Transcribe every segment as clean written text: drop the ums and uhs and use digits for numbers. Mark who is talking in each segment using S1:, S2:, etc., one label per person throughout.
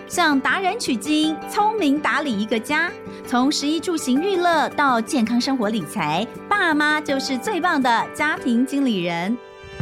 S1: 向达人取经，聪明打理一个家。从食衣住行娱乐到健康生活理财，爸妈就是最棒的家庭经理人。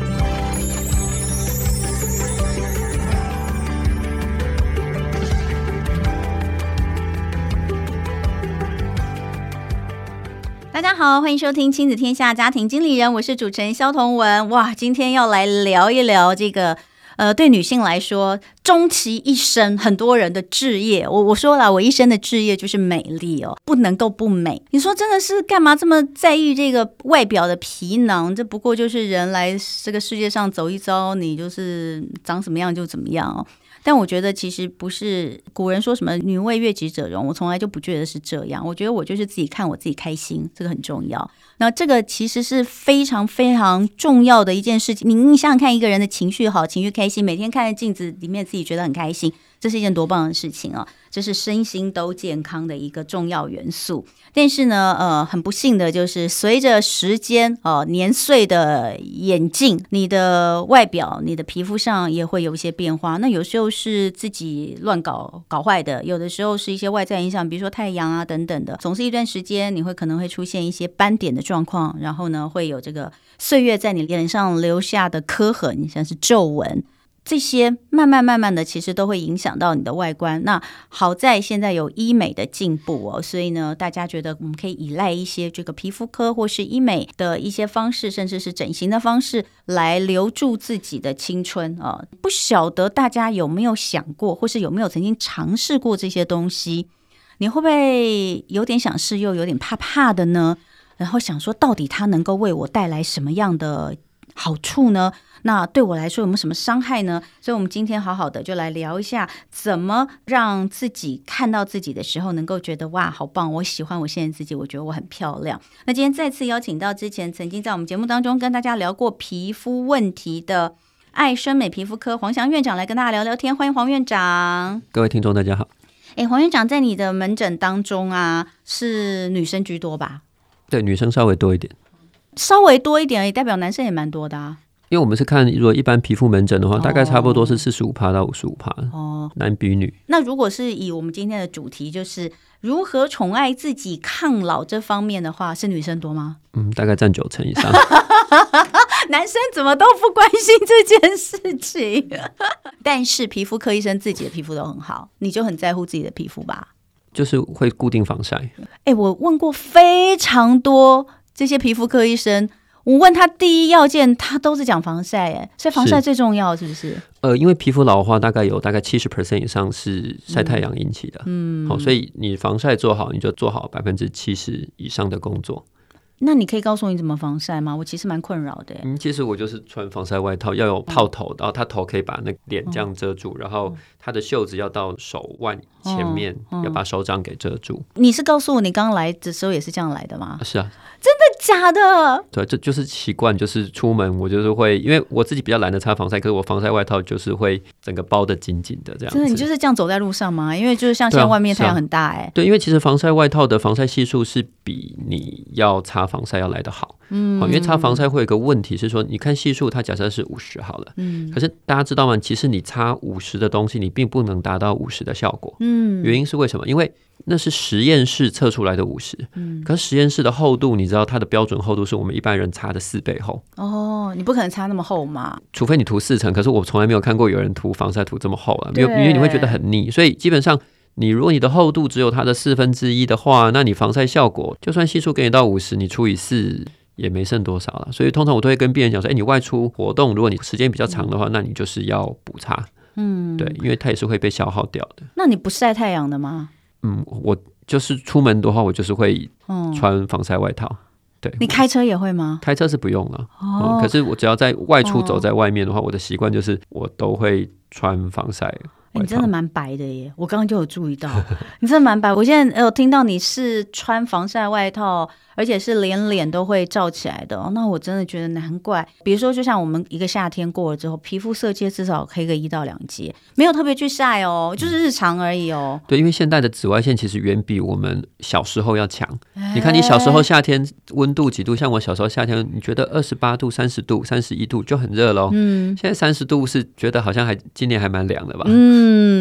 S1: 大家好，欢迎收听亲子天下家庭经理人，我是主持人萧彤雯。哇，今天要来聊一聊这个对女性来说，终其一生很多人的志业，我说了，我一生的志业就是美丽哦，不能够不美。你说真的是干嘛这么在意这个外表的皮囊？这不过就是人来这个世界上走一遭，你就是长什么样就怎么样哦。但我觉得其实不是古人说什么女为悦己者容，我从来就不觉得是这样。我觉得我就是自己看我自己开心，这个很重要。那这个其实是非常非常重要的一件事情。你想想看，一个人的情绪好，情绪开心，每天看着镜子里面自己觉得很开心，这是一件多棒的事情啊！这是身心都健康的一个重要元素。但是呢，很不幸的就是随着时间年岁的演进，你的外表、你的皮肤上也会有一些变化。那有时候是自己乱搞坏的，有的时候是一些外在影响，比如说太阳啊等等的。总是一段时间，你会可能会出现一些斑点的状况，然后呢，会有这个岁月在你脸上留下的刻痕，像是皱纹。这些慢慢的其实都会影响到你的外观。那好在现在有医美的进步哦，所以呢，大家觉得我们可以依赖一些这个皮肤科或是医美的一些方式，甚至是整形的方式来留住自己的青春啊。不晓得大家有没有想过，或是有没有曾经尝试过这些东西？你会不会有点想试，又有点怕怕的呢？然后想说，到底它能够为我带来什么样的好处呢？那对我来说有没有什么伤害呢？所以我们今天好好的就来聊一下，怎么让自己看到自己的时候能够觉得哇好棒，我喜欢我现在自己，我觉得我很漂亮。那今天再次邀请到之前曾经在我们节目当中跟大家聊过皮肤问题的爱生美皮肤科黄翔院长来跟大家聊聊天。欢迎黄院长。
S2: 各位听众大家好。
S1: 黄院长，在你的门诊当中啊，是女生居多吧？
S2: 对，女生稍微多一点。
S1: 稍微多一点而已，代表男生也蛮多的啊。
S2: 因为我们是看，如果一般皮肤门诊的话，大概差不多是45%到55%，男比女。
S1: 那如果是以我们今天的主题就是如何宠爱自己抗老这方面的话，是女生多吗？
S2: 大概占90%以上。
S1: 男生怎么都不关心这件事情？但是皮肤科医生自己的皮肤都很好，你就很在乎自己的皮肤吧？
S2: 就是会固定防晒。
S1: 我问过非常多这些皮肤科医生，我问他第一要件，他都是讲防晒，所以防晒最重要，是不是？
S2: 因为皮肤老化大概70% 以上是晒太阳引起的，所以你防晒做好，你就做好70%以上的工作。
S1: 那你可以告诉我你怎么防晒吗？我其实蛮困扰的。
S2: 其实我就是穿防晒外套，要有套头，然后他头可以把那脸这样遮住，然后他的袖子要到手腕前面，要把手掌给遮住。你是告诉我你刚来的时候也是这样来的吗？是啊。
S1: 真的假的？
S2: 对，这就是习惯，就是出门我就是会，因为我自己比较懒得擦防晒，可是我防晒外套就是会整个包得紧紧的这样子。真的，
S1: 你就是这样走在路上吗？因为就是像现在外面太阳很大
S2: 对，因为其实防晒外套的防晒系数是比你要擦防晒要来得好。因为擦防晒会有一个问题是说，你看系数它假设是50好了，可是大家知道吗？其实你擦50的东西，你并不能达到50的效果。原因是为什么？因为那是实验室测出来的50，可是实验室的厚度，你知道它的标准厚度是我们一般人擦的4倍厚。
S1: 你不可能擦那么厚嘛，
S2: 除非你涂4层。可是我从来没有看过有人涂防晒涂这么厚因为你会觉得很腻。所以基本上，如果你的厚度只有它的1/4的话，那你防晒效果就算系数给你到50，你除以4。也没剩多少了，所以通常我都会跟病人讲说，你外出活动，如果你时间比较长的话，那你就是要补擦，对，因为它也是会被消耗掉的。
S1: 那你不晒太阳的吗？
S2: 我就是出门的话，我就是会穿防晒外套。对，
S1: 你开车也会吗？
S2: 开车是不用了，可是我只要在外出走在外面的话，我的习惯就是我都会穿防晒。
S1: 你真的蛮白的耶，我刚刚就有注意到，你真的蛮白。我现在有听到你是穿防晒外套，而且是连脸都会罩起来的那我真的觉得难怪。比如说，就像我们一个夏天过了之后，皮肤色阶至少黑个1到2阶，没有特别去晒就是日常而已
S2: 对，因为现在的紫外线其实远比我们小时候要强。你看，你小时候夏天温度几度？像我小时候夏天，你觉得28度、30度、31度就很热咯。现在30度是觉得好像今年还蛮凉的吧？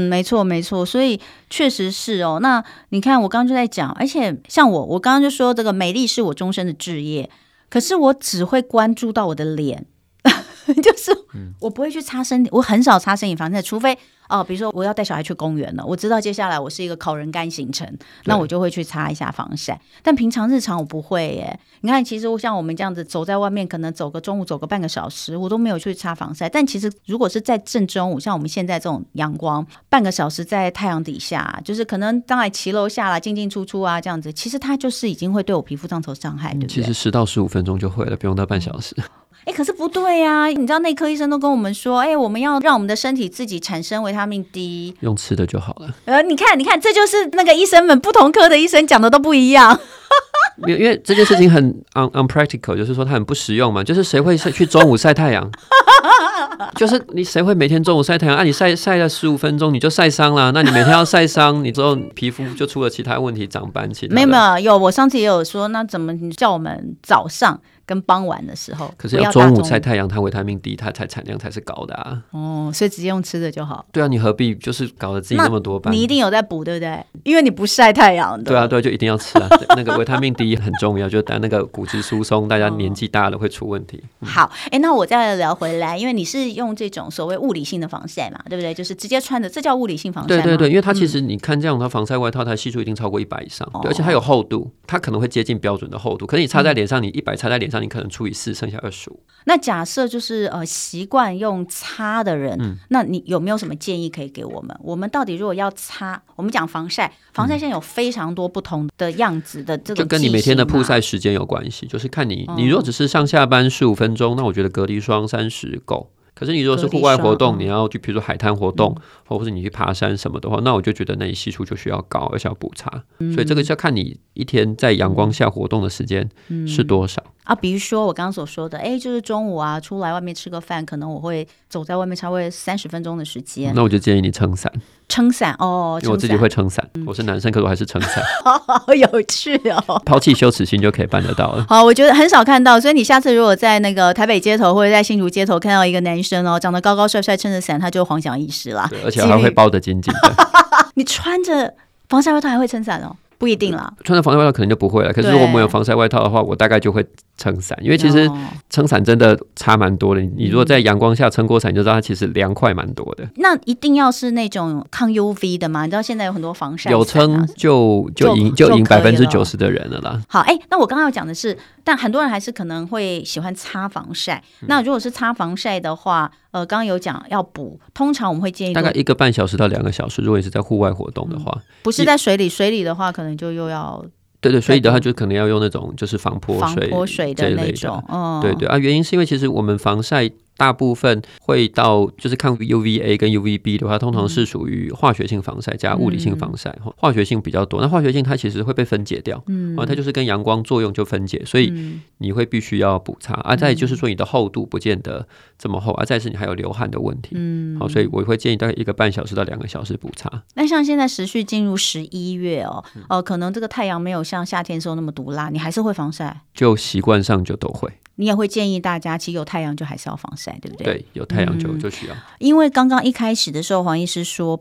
S1: 没错没错，所以确实是哦。那你看我刚刚就在讲，而且像我刚刚就说这个美丽是我终身的志业，可是我只会关注到我的脸。就是我不会去擦身体，我很少擦身体防晒，除非比如说我要带小孩去公园了，我知道接下来我是一个烤人干行程，那我就会去擦一下防晒。但平常日常我不会耶。你看，其实像我们这样子走在外面，可能中午走个半个小时，我都没有去擦防晒。但其实如果是在正中午，像我们现在这种阳光，半个小时在太阳底下，就是可能当然骑楼下啦，进进出出啊这样子，其实它就是已经会对我皮肤造成伤害，对不对？
S2: 其实10到15分钟就会了，不用到半小时。
S1: 可是不对啊，你知道内科医生都跟我们说，我们要让我们的身体自己产生维他命 D，
S2: 用吃的就好了。
S1: 你看，这就是那个医生们不同科的医生讲的都不一样。
S2: 因为这件事情很 unpractical， 就是说它很不实用嘛。就是谁会去中午晒太阳？就是你谁会每天中午晒太阳啊？你晒了15分钟你就晒伤了，那你每天要晒伤，你之后皮肤就出了其他问题，长斑其他的。
S1: 没有，我上次也有说，那怎么你叫我们早上跟傍晚的时候？
S2: 可是要中午晒太阳，它维他命 D 它产量才是高的啊。
S1: 所以直接用吃的就好。
S2: 对啊，你何必就是搞得自己那么多斑？
S1: 你一定有在补，对不对？因为你不晒太阳的。
S2: 对啊，就一定要吃啊。那个维他命 D 很重要，就当那个骨质疏松，大家年纪大了会出问题。
S1: 好，那我再聊回来，因为你是用这种所谓物理性的防晒嘛，对不对？就是直接穿的，这叫物理性防晒吗？
S2: 对，因为它其实你看这样，它防晒外套它系数一定超过100以上，对，而且它有厚度，它可能会接近标准的厚度。可是你擦在脸上，你100擦在脸上，你可能除以4，剩下25。
S1: 那假设就是习惯用擦的人，那你有没有什么建议可以给我们？我们到底如果要擦，我们讲防晒现在有非常多不同的样子的这个，
S2: 就跟你每天的曝晒时间有关系。就是看你如果只是上下班15分钟，那我觉得隔离霜30够。可是你如果是户外活动，你要去比如说海滩活动，或者是你去爬山什么的话，那我就觉得那你系数就需要高，而且要补擦。所以这个是要看你一天在阳光下活动的时间是多少。
S1: 比如说我刚刚所说的，就是中午啊，出来外面吃个饭，可能我会走在外面差不多30分钟的时间。
S2: 那我就建议你撑伞。
S1: 撑伞哦，
S2: 因为我自己会撑伞，我是男生，可是我还是撑伞。
S1: 好有趣哦！
S2: 抛弃羞耻心就可以办得到了。
S1: 好，我觉得很少看到，所以你下次如果在那个台北街头或者在新竹街头看到一个男生长得高高帅帅撑着伞，他就黄翔医师啦。
S2: 而且还会包得紧紧的。
S1: 你穿着防晒外套还会撑伞哦？不一定啦，
S2: 穿着防晒外套可能就不会了。可是如果我们有防晒外套的话，我大概就会撑伞，因为其实撑伞真的差蛮多的。你如果在阳光下撑过伞，你就知道它其实凉快蛮多的。
S1: 那一定要是那种抗 UV 的吗？你知道现在有很多防晒伞
S2: 有撑就赢90%的人了啦。
S1: 好，那我刚刚要讲的是，但很多人还是可能会喜欢擦防晒。那如果是擦防晒的话，刚刚有讲要补，通常我们会建议
S2: 大概1个半小时到2个小时。如果你是在户外活动的话，
S1: 不是在水里的话，可能就又要。
S2: 对，所以的话就可能要用那种就是防泼
S1: 水的那种。
S2: 对啊，原因是因为其实我们防晒大部分会到就是抗 UVA 跟 UVB 的话，通常是属于化学性防晒加物理性防晒，化学性比较多。那化学性它其实会被分解掉，它就是跟阳光作用就分解，所以你会必须要补擦。再就是说你的厚度不见得这么厚，再是你还有流汗的问题。好，所以我会建议大概1个半小时到2个小时补擦。
S1: 那像现在时序进入11月可能这个太阳没有像夏天时候那么毒辣，你还是会防晒？
S2: 就习惯上就都会。
S1: 你也会建议大家，其实有太阳就还是要防晒，对不对？
S2: 对，有太阳就需要。
S1: 因为刚刚一开始的时候，黄医师说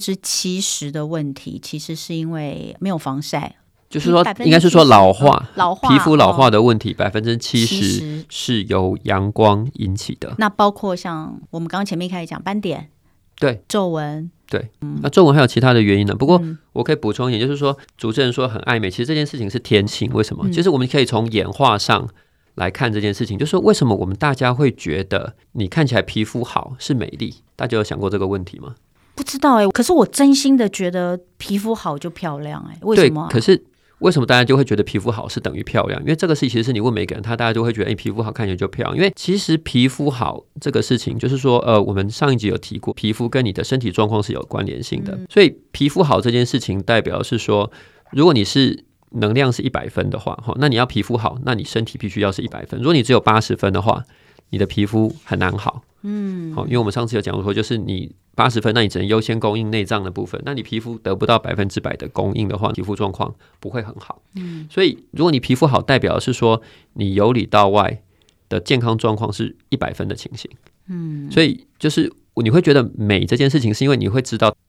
S1: 70%的问题其实是因为没有防晒，
S2: 就是说应该是说老化皮肤老化的问题，70%是由阳光引起的。
S1: 那包括像我们刚刚前面开始讲斑点，
S2: 对，
S1: 皱纹。
S2: 对，那皱纹还有其他的原因呢。不过我可以补充一点，就是说主持人说很爱美，其实这件事情是天性。为什么？其实我们可以从演化上来看这件事情，就是为什么我们大家会觉得你看起来皮肤好是美丽？大家有想过这个问题吗？
S1: 不知道可是我真心的觉得皮肤好就漂亮为什么？
S2: 对，可是为什么大家就会觉得皮肤好是等于漂亮？因为这个事其实是你问每个人，大家就会觉得皮肤好看起来就漂亮。因为其实皮肤好这个事情，就是说我们上一集有提过，皮肤跟你的身体状况是有关联性的。所以皮肤好这件事情代表是说，如果你是能量是100分的话，那你要皮肤好，那你身体必须要是100分。如果你只有80分的话，你的皮肤很难好。因为我们上次有讲说，就是你80分，那你只能优先供应内脏的部分，那你皮肤得不到100%的供应的话，皮肤状况不会很好。所以如果你皮肤好，代表的是说你由里到外的健康状况是100分的情形。所以就是你会觉得美这件事情，是因为你会知道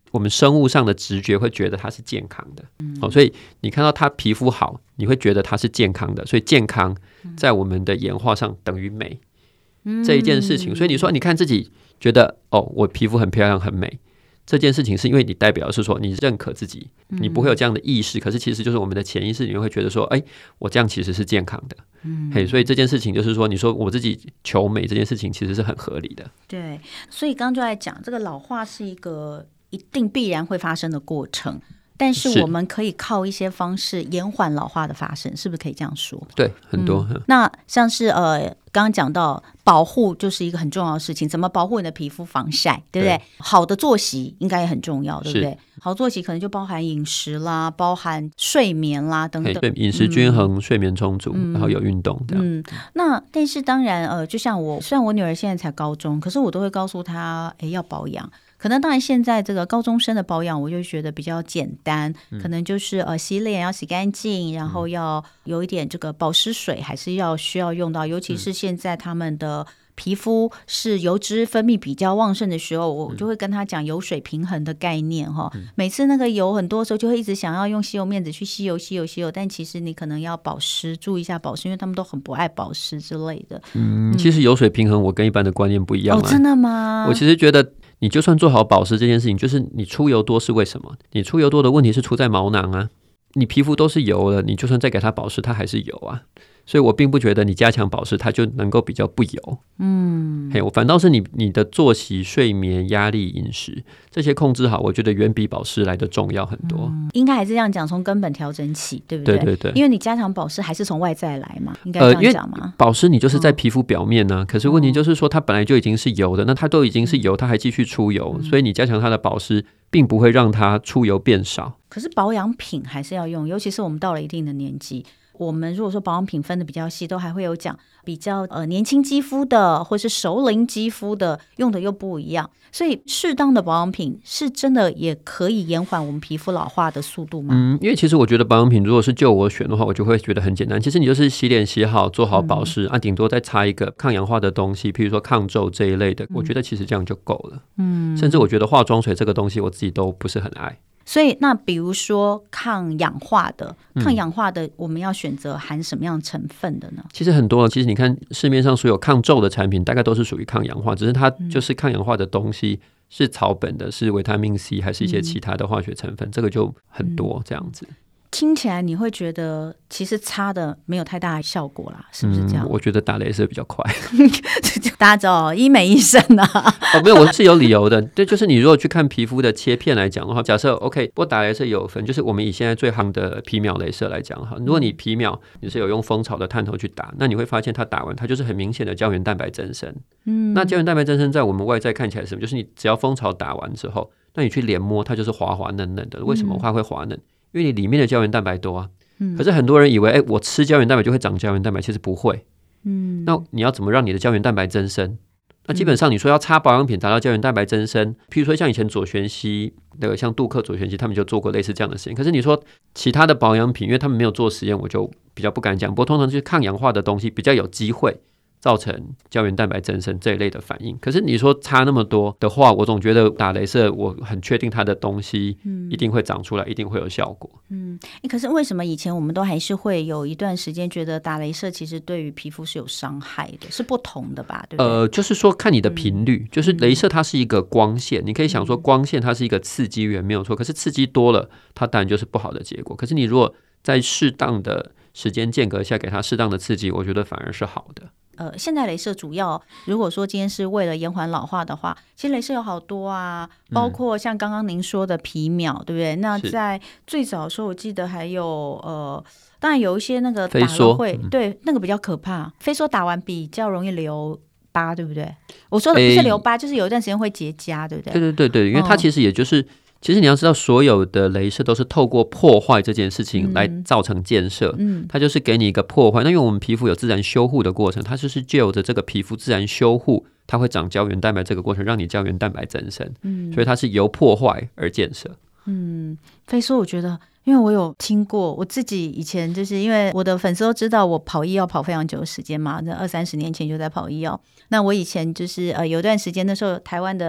S2: 我们生物上的直觉会觉得它是健康的，所以你看到它皮肤好，你会觉得它是健康的，所以健康在我们的演化上等于美，这一件事情。所以你说你看自己觉得我皮肤很漂亮很美，这件事情是因为你代表是说你认可自己，你不会有这样的意识，可是其实就是我们的潜意识里面会觉得说我这样其实是健康的，所以这件事情就是说你说我自己求美这件事情其实是很合理的。
S1: 对，所以刚刚就在讲这个老化是一个一定必然会发生的过程，但是我们可以靠一些方式延缓老化的发生，是不是可以这样说？
S2: 对，很多。
S1: 那像是刚刚讲到保护就是一个很重要的事情，怎么保护你的皮肤防晒，对不对？好的作息应该也很重要，对不对？好作息可能就包含饮食啦，包含睡眠啦等等。
S2: 对，饮食均衡，睡眠充足，然后有运动这样。
S1: 那但是当然就像虽然我女儿现在才高中，可是我都会告诉她要保养。可能当然现在这个高中生的保养我就觉得比较简单，可能就是洗脸要洗干净，然后要有一点这个保湿水还是需要用到，尤其是现在他们的皮肤是油脂分泌比较旺盛的时候，我就会跟他讲油水平衡的概念每次那个油很多时候就会一直想要用吸油面纸去吸油，但其实你可能要保湿，注意一下保湿，因为他们都很不爱保湿之类的。
S2: 其实油水平衡我跟一般的观念不一样
S1: 真的吗？
S2: 我其实觉得你就算做好保湿这件事情，就是你出油多是为什么？你出油多的问题是出在毛囊啊，你皮肤都是油了，你就算再给它保湿它还是油啊，所以我并不觉得你加强保湿它就能够比较不油。我反倒是你的作息、睡眠、压力、饮食这些控制好，我觉得远比保湿来的重要很多。
S1: 应该还是这样讲，从根本调整起，对不对？
S2: 对对对，
S1: 因为你加强保湿还是从外在来嘛，应该这样讲吗？
S2: 保湿你就是在皮肤表面啊，可是问题就是说它本来就已经是油的，那它都已经是油，它还继续出油，所以你加强它的保湿并不会让它出油变少。
S1: 可是保养品还是要用，尤其是我们到了一定的年纪，我们如果说保养品分的比较细，都还会有讲比较年轻肌肤的或是熟龄肌肤的用的又不一样，所以适当的保养品是真的也可以延缓我们皮肤老化的速度吗？
S2: 因为其实我觉得保养品如果是就我选的话，我就会觉得很简单，其实你就是洗脸洗好，做好保湿顶多再擦一个抗氧化的东西，譬如说抗皱这一类的，我觉得其实这样就够了。甚至我觉得化妆水这个东西我自己都不是很爱。
S1: 所以那比如说抗氧化的我们要选择含什么样成分的呢？
S2: 其实很多，其实你看市面上所有抗皱的产品大概都是属于抗氧化，只是它就是抗氧化的东西是草本的，是维他命 C 还是一些其他的化学成分，这个就很多这样子。
S1: 听起来你会觉得其实擦的没有太大的效果啦，是不是这样？
S2: 我觉得打雷射比较快。
S1: 大家知道医美医生啊
S2: 没有，我是有理由的。对，就是你如果去看皮肤的切片来讲的话，假设 OK， 不过打雷射有分，就是我们以现在最夯的皮秒雷射来讲哈，如果你皮秒你是有用蜂巢的探头去打，那你会发现它打完它就是很明显的胶原蛋白增生。那胶原蛋白增生在我们外在看起来是什么？就是你只要蜂巢打完之后，那你去连摸它就是滑滑嫩嫩的。为什么它会滑嫩？因为你里面的胶原蛋白多啊。可是很多人以为我吃胶原蛋白就会长胶原蛋白，其实不会。那你要怎么让你的胶原蛋白增生？那基本上你说要擦保养品达到胶原蛋白增生，譬如说像以前左旋烯的，像杜克左旋烯他们就做过类似这样的实验。可是你说其他的保养品，因为他们没有做实验，我就比较不敢讲。不过通常就是抗氧化的东西比较有机会造成胶原蛋白增生这一类的反应。可是你说差那么多的话，我总觉得打雷射我很确定它的东西一定会长出来，一定会有效果。
S1: 可是为什么以前我们都还是会有一段时间觉得打雷射其实对于皮肤是有伤害的，是不同的吧？对不对？
S2: 就是说看你的频率，就是雷射它是一个光线，你可以想说光线它是一个刺激源没有错，可是刺激多了它当然就是不好的结果。可是你如果在适当的时间间隔下给它适当的刺激，我觉得反而是好的。
S1: 现在雷射主要如果说今天是为了延缓老化的话，其实雷射有好多啊，包括像刚刚您说的皮秒，对不对？那在最早的时候我记得还有当然有一些那个打了会对那个比较可怕，飞梭打完比较容易留疤，对不对？我说的不是留疤，就是有一段时间会结痂，对不对？
S2: 对对对对，因为它其实也就是其实你要知道所有的雷射都是透过破坏这件事情来造成建设，它就是给你一个破坏。那因为我们皮肤有自然修护的过程，它就是就着这个皮肤自然修护，它会长胶原蛋白这个过程让你胶原蛋白增生，所以它是由破坏而建设。
S1: 飞梭我觉得因为我有听过，我自己以前就是因为我的粉丝都知道我跑医药跑非常久的时间嘛，那20-30年前就在跑医药。那我以前就是有段时间的时候，台湾的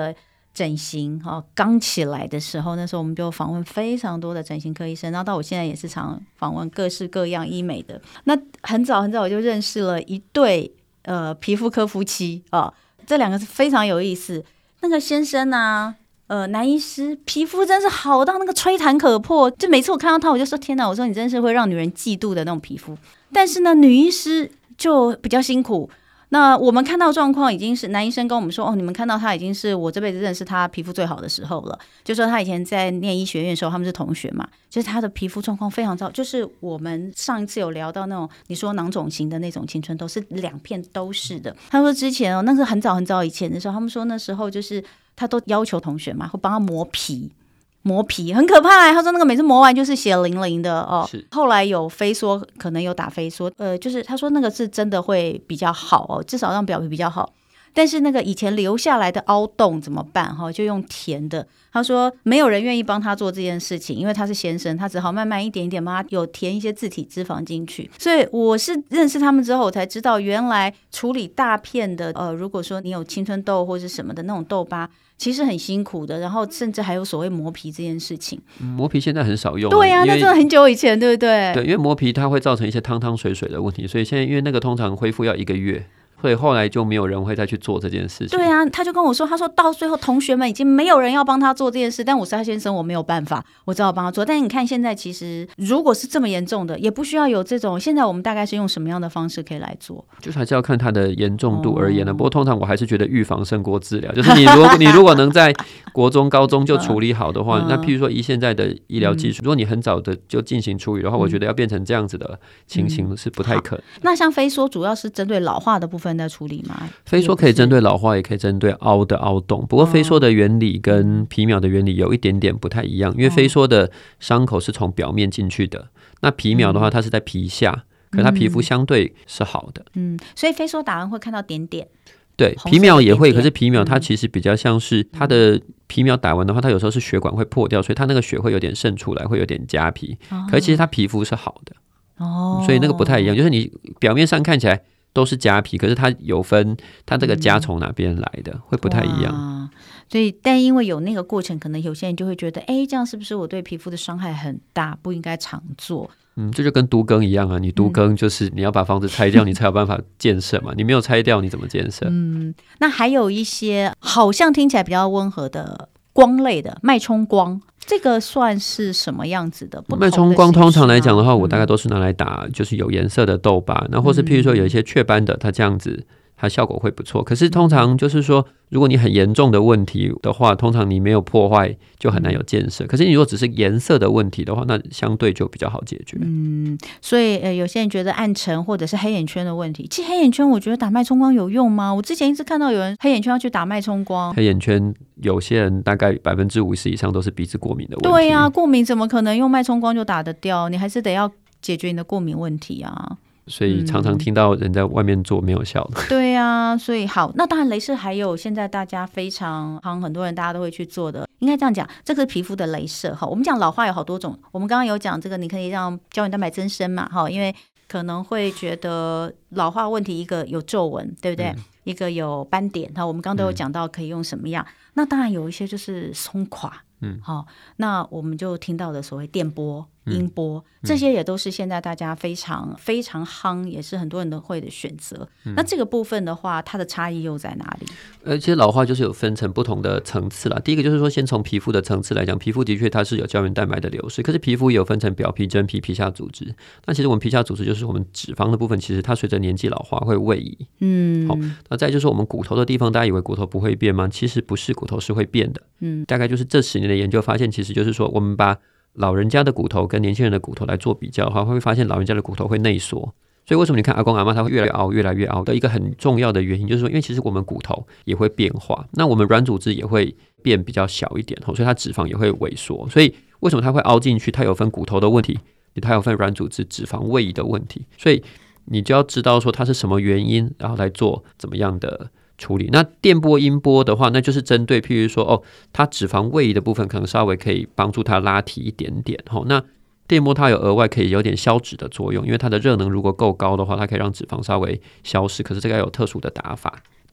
S1: 整形刚起来的时候，那时候我们就访问非常多的整形科医生，然后到我现在也是常访问各式各样医美的。那很早很早我就认识了一对皮肤科夫妻这两个是非常有意思。那个先生啊，男医师皮肤真是好到那个吹弹可破，就每次我看到他我就说天哪，我说你真是会让女人嫉妒的那种皮肤。但是呢，女医师就比较辛苦。那我们看到状况已经是男医生跟我们说你们看到他已经是我这辈子认识他皮肤最好的时候了，就说他以前在念医学院的时候他们是同学嘛，就是他的皮肤状况非常糟，就是我们上一次有聊到那种你说囊肿型的那种青春痘是2片都是的。他说之前那是很早很早以前的时候，他们说那时候就是他都要求同学嘛会帮他磨皮很可怕他说那个每次磨完就是血淋淋的后来有飞梭，可能有打飞梭就是他说那个是真的会比较好至少让表皮比较好。但是那个以前留下来的凹洞怎么办就用填的。他说没有人愿意帮他做这件事情，因为他是先生，他只好慢慢一点一点帮他有填一些自体脂肪进去。所以我是认识他们之后我才知道，原来处理大片的如果说你有青春痘或是什么的那种痘疤其实很辛苦的，然后甚至还有所谓磨皮这件事情。
S2: 磨皮现在很少用，
S1: 对啊，那真的很久以前，对不对？
S2: 对，因为磨皮它会造成一些汤汤水水的问题，所以现在因为那个通常恢复要1个月，所以后来就没有人会再去做这件事情。
S1: 对啊，他就跟我说，他说到最后同学们已经没有人要帮他做这件事，但我是他先生，我没有办法，我只好帮他做。但是你看现在其实如果是这么严重的也不需要有这种，现在我们大概是用什么样的方式可以来做，
S2: 就是还是要看它的严重度而言不过通常我还是觉得预防胜过治疗，就是你如果能在国中高中就处理好的话那譬如说以现在的医疗技术如果你很早的就进行处理的话我觉得要变成这样子的情形是不太可能。
S1: 那像飞梭主要是针对老化的部分在处理吗？
S2: 飞梭可以针对老化也可以针对凹的凹洞，不过飞梭的原理跟皮秒的原理有一点点不太一样，因为飞梭的伤口是从表面进去的，那皮秒的话它是在皮下，可是它皮肤相对是好的
S1: 所以飞梭打完会看到点点。
S2: 对，皮秒也会，可是皮秒它其实比较像是它的皮秒打完的话它有时候是血管会破掉，所以它那个血会有点渗出来，会有点夹皮可是其实它皮肤是好的所以那个不太一样，就是你表面上看起来都是夹皮，可是它有分它这个夹从哪边来的会不太一样
S1: 所以但因为有那个过程，可能有些人就会觉得这样是不是我对皮肤的伤害很大，不应该常做。
S2: 这就跟都更一样啊，你都更就是你要把房子拆掉你才有办法建设嘛，你没有拆掉你怎么建设
S1: 那还有一些好像听起来比较温和的光类的脉冲光，这个算是什么样子的？
S2: 脉冲光通常来讲的话我大概都是拿来打就是有颜色的痘疤那或是譬如说有一些雀斑的它这样子它效果会不错，可是通常就是说如果你很严重的问题的话通常你没有破坏就很难有建设可是你如果只是颜色的问题的话那相对就比较好解决
S1: 所以有些人觉得暗沉或者是黑眼圈的问题，其实黑眼圈我觉得打脉冲光有用吗？我之前一直看到有人黑眼圈要去打脉冲光。
S2: 黑眼圈有些人大概50%以上都是鼻子过敏的问题。
S1: 对啊，过敏怎么可能用脉冲光就打得掉？你还是得要解决你的过敏问题啊。
S2: 所以常常听到人在外面做没有效的
S1: 对啊，所以好，那当然雷射还有现在大家非常很多人大家都会去做的，应该这样讲，这个是皮肤的雷射我们讲老化有好多种，我们刚刚有讲这个你可以让胶原蛋白增生嘛因为可能会觉得老化问题一个有皱纹对不对一个有斑点我们刚刚都有讲到可以用什么样那当然有一些就是松垮那我们就听到的所谓电波音波这些也都是现在大家非常非常夯也是很多人都会的选择那这个部分的话它的差异又在哪里？
S2: 其实老化就是有分成不同的层次啦。第一个就是说先从皮肤的层次来讲，皮肤的确它是有胶原蛋白的流失，可是皮肤也有分成表皮、真皮、皮下组织。那其实我们皮下组织就是我们脂肪的部分，其实它随着年纪老化会位移好，那再就是我们骨头的地方，大家以为骨头不会变吗？其实不是，骨头是会变的大概就是这10年的研究发现，其实就是说我们把老人家的骨头跟年轻人的骨头来做比较的话，会发现老人家的骨头会内缩。所以为什么你看阿公阿嬷他会越来越凹越来越凹的一个很重要的原因就是说，因为其实我们骨头也会变化，那我们软组织也会变比较小一点所以它脂肪也会萎缩。所以为什么它会凹进去？它有分骨头的问题，它有分软组织脂肪位移的问题，所以你就要知道说它是什么原因，然后来做怎么样的处理。那电波音波的话，那就是针对譬如说它脂肪位移的部分可能稍微可以帮助它拉提一点点那电波它有额外可以有点消脂的作用，因为它的热能如果够高的话，它可以让脂肪稍微消失，可是这个要有特殊的打法。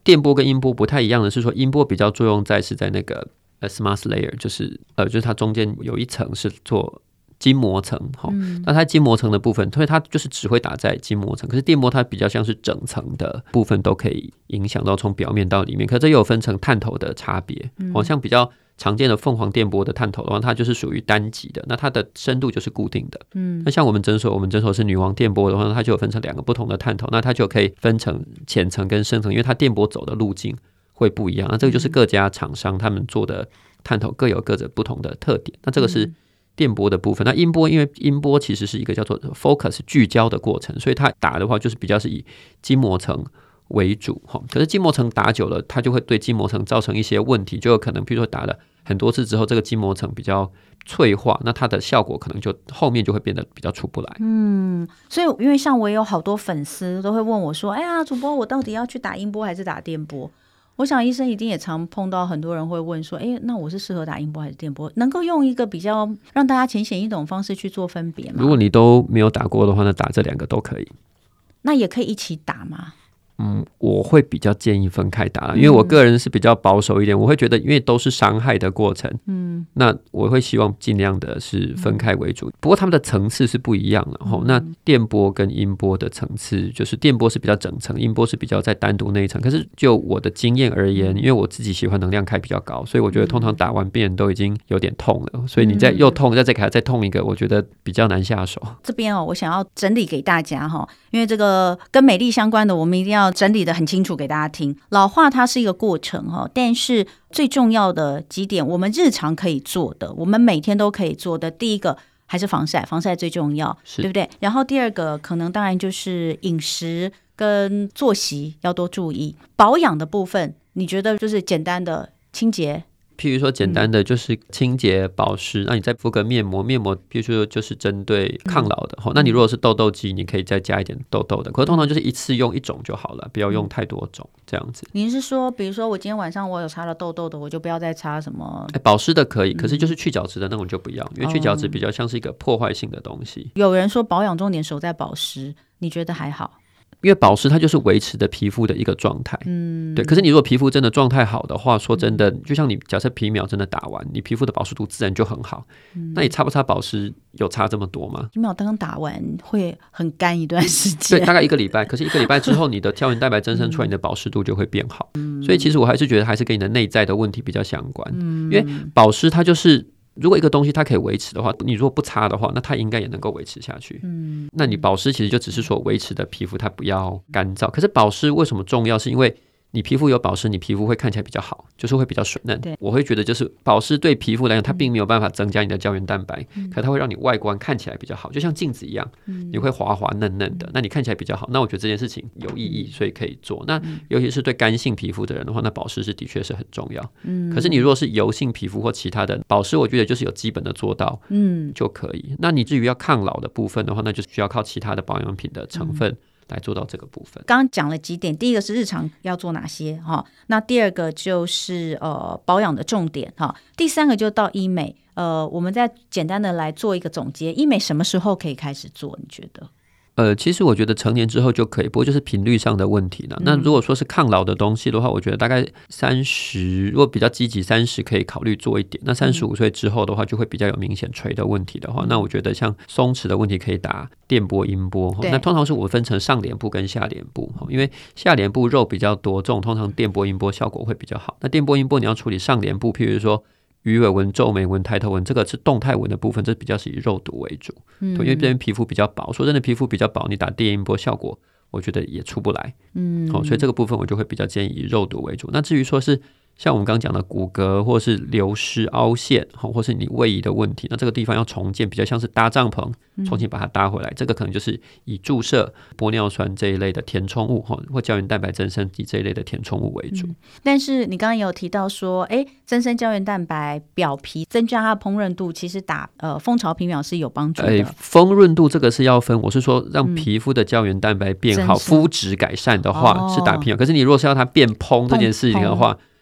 S2: 电波跟音波不太一样的是说，音波比较作用是在那个SMAS layer， 就是它中间有一层是做筋膜层，那它筋膜层的部分，所以它就是只会打在筋膜层。可是电波它比较像是整层的部分都可以影响到从表面到里面。可是这又有分成探头的差别，像比较常见的凤凰电波的探头的话，它就是属于单极的，那它的深度就是固定的。那像我们诊所是女王电波的话，它就有分成2个不同的探头，那它就可以分成浅层跟深层，因为它电波走的路径会不一样。那这个就是各家厂商他们做的探头各有各的不同的特点。那这个是电波的部分。那音波，因为音波其实是一个叫做 focus 聚焦的过程，所以它打的话就是比较是以筋膜层为主。可是筋膜层打久了，它就会对筋膜层造成一些问题，就有可能比如说打了很多次之后，这个筋膜层比较脆化，那它的效果可能就后面就会变得比较出不来。
S1: 所以因为像我也有好多粉丝都会问我说，哎呀，主播，我到底要去打音波还是打电波？我想医生一定也常碰到很多人会问说，那我是适合打音波还是电波？能够用一个比较让大家浅显易懂的方式去做分别吗？
S2: 如果你都没有打过的话，那打这2个都可以。
S1: 那也可以一起打吗？
S2: 我会比较建议分开打，因为我个人是比较保守一点，我会觉得因为都是伤害的过程，那我会希望尽量的是分开为主。不过他们的层次是不一样的，那电波跟音波的层次，就是电波是比较整层，音波是比较在单独那一层。可是就我的经验而言，因为我自己喜欢能量开比较高，所以我觉得通常打完病人都已经有点痛了，所以你又痛，再给他再痛一个，我觉得比较难下手。
S1: 这边我想要整理给大家，因为这个跟美丽相关的，我们一定要整理的很清楚给大家听。老化它是一个过程，但是最重要的几点我们日常可以做的，我们每天都可以做的，第一个还是防晒，防晒最重要，对不对？然后第二个可能当然就是饮食跟作息要多注意。保养的部分你觉得就是简单的清洁，
S2: 譬如说简单的就是清洁保湿，那你再敷个面膜，譬如说就是针对抗老的，那你如果是痘痘肌，你可以再加一点痘痘的，可是通常就是一次用1种就好了，不要用太多种这样子。
S1: 您是说比如说我今天晚上我有擦了痘痘的，我就不要再擦什么
S2: 保湿的可以，可是就是去角质的那种就不要，因为去角质比较像是一个破坏性的东西。
S1: 有人说保养重点守在保湿，你觉得还好？
S2: 因为保湿它就是维持的皮肤的一个状态，对。可是你如果皮肤真的状态好的话，说真的，就像你假设皮秒真的打完，你皮肤的保湿度自然就很好。那你擦不擦保湿有差这么多吗？
S1: 皮秒刚打完会很干一段时间，
S2: 对，大概1个礼拜。可是1个礼拜之后，你的胶原蛋白增生出来，你的保湿度就会变好。所以其实我还是觉得还是跟你的内在的问题比较相关。因为保湿它就是。如果一个东西它可以维持的话，你如果不擦的话，那它应该也能够维持下去。那你保湿其实就只是说维持的皮肤它不要干燥。可是保湿为什么重要？是因为你皮肤有保湿，你皮肤会看起来比较好，就是会比较水嫩。我会觉得就是保湿对皮肤来讲，它并没有办法增加你的胶原蛋白，可它会让你外观看起来比较好，就像镜子一样，你会滑滑嫩嫩的，那你看起来比较好。那我觉得这件事情有意义，所以可以做。那尤其是对干性皮肤的人的话，那保湿是的确是很重要。可是你如果是油性皮肤或其他的保湿，我觉得就是有基本的做到，就可以。那你至于要抗老的部分的话，那就需要靠其他的保养品的成分。来做到这个部分。
S1: 刚刚讲了几点，第一个是日常要做哪些，那第二个就是保养的重点，第三个就到医美，我们再简单的来做一个总结。医美什么时候可以开始做？你觉得？
S2: 其实我觉得成年之后就可以，不过就是频率上的问题了。那如果说是抗老的东西的话，我觉得大概30，如果比较积极，30可以考虑做一点。那35岁之后的话，就会比较有明显垂的问题的话，那我觉得像松弛的问题可以打电波、音波。那通常是我分成上脸部跟下脸部，因为下脸部肉比较多，这种通常电波、音波效果会比较好。那电波、音波你要处理上脸部，譬如说鱼尾纹、皱眉纹、抬头纹，这个是动态纹的部分，这比较是以肉毒为主。因为这边皮肤比较薄，说真的，皮肤比较薄，你打电音波效果，我觉得也出不来。所以这个部分我就会比较建议以肉毒为主。那至于说是像我们刚刚讲的骨骼或是流失、凹陷，或是你位移的问题，那这个地方要重建，比较像是搭帐篷重新把它搭回来，这个可能就是以注射玻尿酸这一类的填充物或胶原蛋白增生剂这一类的填充物为主。
S1: 但是你刚刚也有提到说增生胶原蛋白表皮，增加它的烹饪度，其实打蜂巢皮秒是有帮助的。
S2: 丰润度这个是要分，我是说让皮肤的胶原蛋白变好，肤质改善的话是打皮秒。可是你如果是要它变蓬这件事情的话，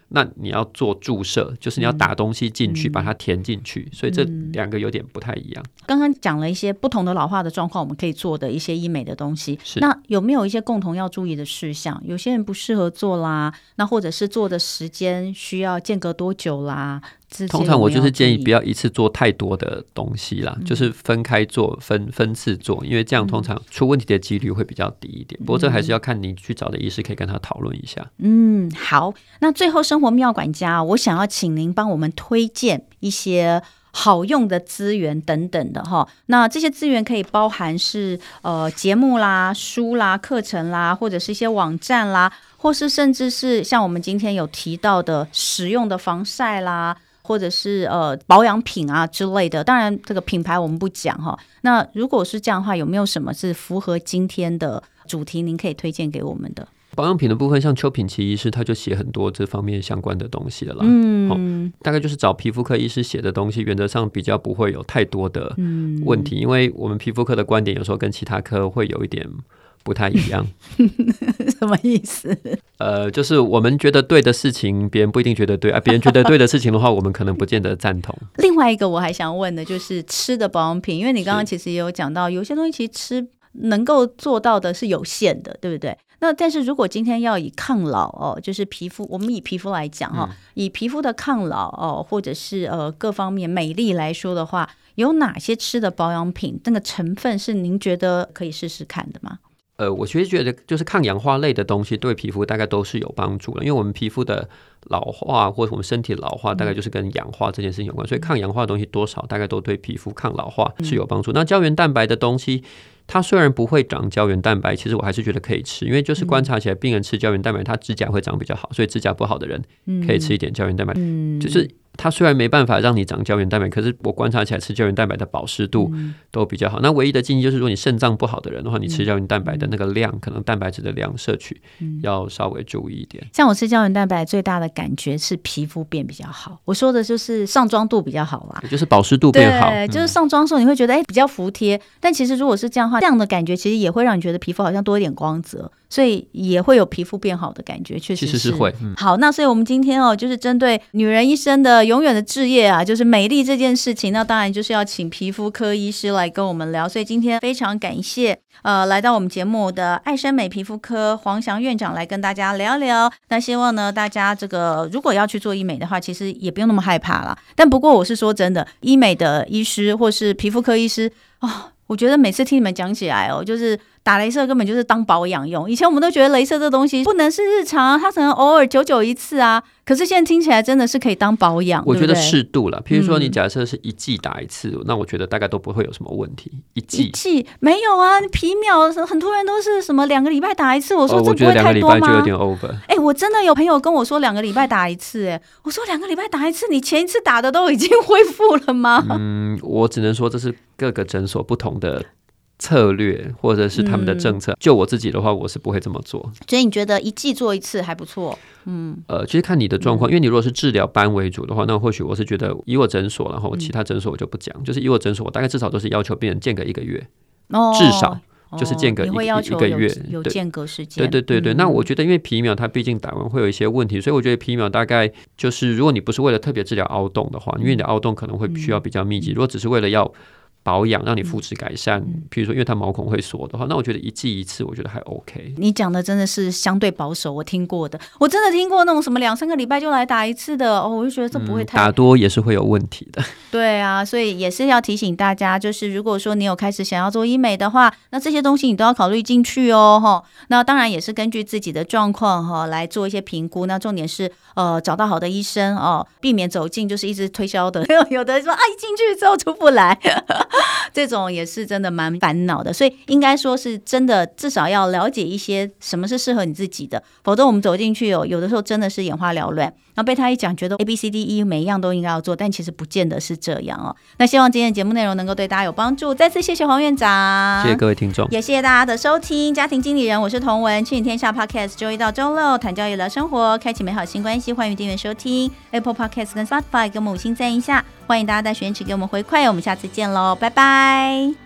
S2: 那你要做注射，就是你要打东西进去，把它填进去，所以这两个有点不太一样。
S1: 刚刚讲了一些不同的老化的状况，我们可以做的一些医美的东西，那有没有一些共同要注意的事项？有些人不适合做啦，那或者是做的时间需要间隔多久啦？
S2: 通常我就是建议不要一次做太多的东西啦，就是分开做，分次做，因为这样通常出问题的几率会比较低一点。不过这还是要看你去找的医师，可以跟他讨论一下。
S1: 好，那最后生活妙管家，我想要请您帮我们推荐一些好用的资源等等的哈。那这些资源可以包含是节目啦、书啦、课程啦，或者是一些网站啦，或是甚至是像我们今天有提到的使用的防晒啦，或者是保养品啊之类的。当然这个品牌我们不讲哈。那如果是这样的话，有没有什么是符合今天的主题您可以推荐给我们的？
S2: 保养品的部分，像邱品琪医师他就写很多这方面相关的东西了啦。大概就是找皮肤科医师写的东西，原则上比较不会有太多的问题，因为我们皮肤科的观点有时候跟其他科会有一点不太一样。
S1: 什么意思？
S2: 就是我们觉得对的事情，别人不一定觉得对啊；别人觉得对的事情的话，我们可能不见得赞同。
S1: 另外一个我还想问的就是吃的保养品，因为你刚刚其实也有讲到，有些东西其实吃能够做到的是有限的，对不对？那但是如果今天要以抗老就是皮肤，我们以皮肤来讲以皮肤的抗老或者是各方面美丽来说的话，有哪些吃的保养品那个成分是您觉得可以试试看的吗？
S2: 我其实觉得就是抗氧化类的东西对皮肤大概都是有帮助的，因为我们皮肤的老化或者我们身体老化大概就是跟氧化这件事情有关，所以抗氧化的东西多少大概都对皮肤抗老化是有帮助。那胶原蛋白的东西，它虽然不会长胶原蛋白，其实我还是觉得可以吃，因为就是观察起来病人吃胶原蛋白他指甲会长比较好，所以指甲不好的人可以吃一点胶原蛋白。就是它虽然没办法让你长胶原蛋白，可是我观察起来吃胶原蛋白的保湿度都比较好。那唯一的建议就是，如果你肾脏不好的人的话，你吃胶原蛋白的那个量，可能蛋白质的量摄取要稍微注意一点。
S1: 像我吃胶原蛋白最大的感觉是皮肤变比较好，我说的就是上妆度比较好啦，
S2: 就是保湿度变好。
S1: 对，就是上妆的时候你会觉得比较服帖，但其实如果是这样的话，这样的感觉其实也会让你觉得皮肤好像多一点光泽，所以也会有皮肤变好的感觉，确实是。
S2: 其实是会。
S1: 好，那所以我们今天就是针对女人一生的永远的志业啊，就是美丽这件事情，那当然就是要请皮肤科医师来跟我们聊。所以今天非常感谢来到我们节目的爱生美皮肤科黄翔院长来跟大家聊聊。那希望呢大家这个如果要去做医美的话，其实也不用那么害怕啦。但不过我是说真的，医美的医师或是皮肤科医师我觉得每次听你们讲起来就是打雷射根本就是当保养用。以前我们都觉得雷射这东西不能是日常，它可能偶尔久一次啊，可是现在听起来真的是可以当保养。
S2: 我觉得适度啦，譬如说你假设是一季打一次，那我觉得大概都不会有什么问题。一季
S1: 没有啊，皮秒很多人都是什么2个礼拜打一次，我说这不会太多吗？
S2: 我觉得2个礼拜就有点 over。
S1: 我真的有朋友跟我说2个礼拜打一次，我说2个礼拜打一次，你前一次打的都已经恢复了吗？
S2: 我只能说这是各个诊所不同的策略或者是他们的政策。就我自己的话，我是不会这么做。
S1: 所以你觉得一季做一次还不错？
S2: 其实看你的状况，因为你如果是治疗班为主的话，那或许我是觉得以我诊所，然后其他诊所我就不讲。就是以我诊所，我大概至少都是要求病人间隔1个月，至少就是间隔一个月，
S1: 有间隔时间。
S2: 对。那我觉得因为皮秒它毕竟打完会有一些问题，所以我觉得皮秒大概就是如果你不是为了特别治疗凹洞的话，因为你的凹洞可能会需要比较密集，如果只是为了要保养让你肤质改善，比如说因为它毛孔会缩的话，那我觉得一季一次我觉得还 OK。
S1: 你讲的真的是相对保守，我听过的，我真的听过那种什么2-3个礼拜就来打一次的，我就觉得这不会太
S2: 打多也是会有问题的。
S1: 对啊，所以也是要提醒大家，就是如果说你有开始想要做医美的话，那这些东西你都要考虑进去那当然也是根据自己的状况来做一些评估。那重点是找到好的医生避免走进就是一直推销的有的说一进去之后出不来这种也是真的蛮烦恼的。所以应该说是真的至少要了解一些什么是适合你自己的，否则我们走进去有的时候真的是眼花缭乱，然后被他一讲觉得 ABCDE 每一样都应该要做，但其实不见得是这样那希望今天的节目内容能够对大家有帮助，再次谢谢黄院长，
S2: 谢谢各位听众，
S1: 也谢谢大家的收听。家庭经理人，我是童文，亲子天下 Podcast 周一到周六谈教育聊生活，开启美好新关系，欢迎订阅收听 Apple Podcast 跟 Spotify， 给我们5星赞一下，欢迎大家在学员池给我们回馈，我们下次见喽，拜拜。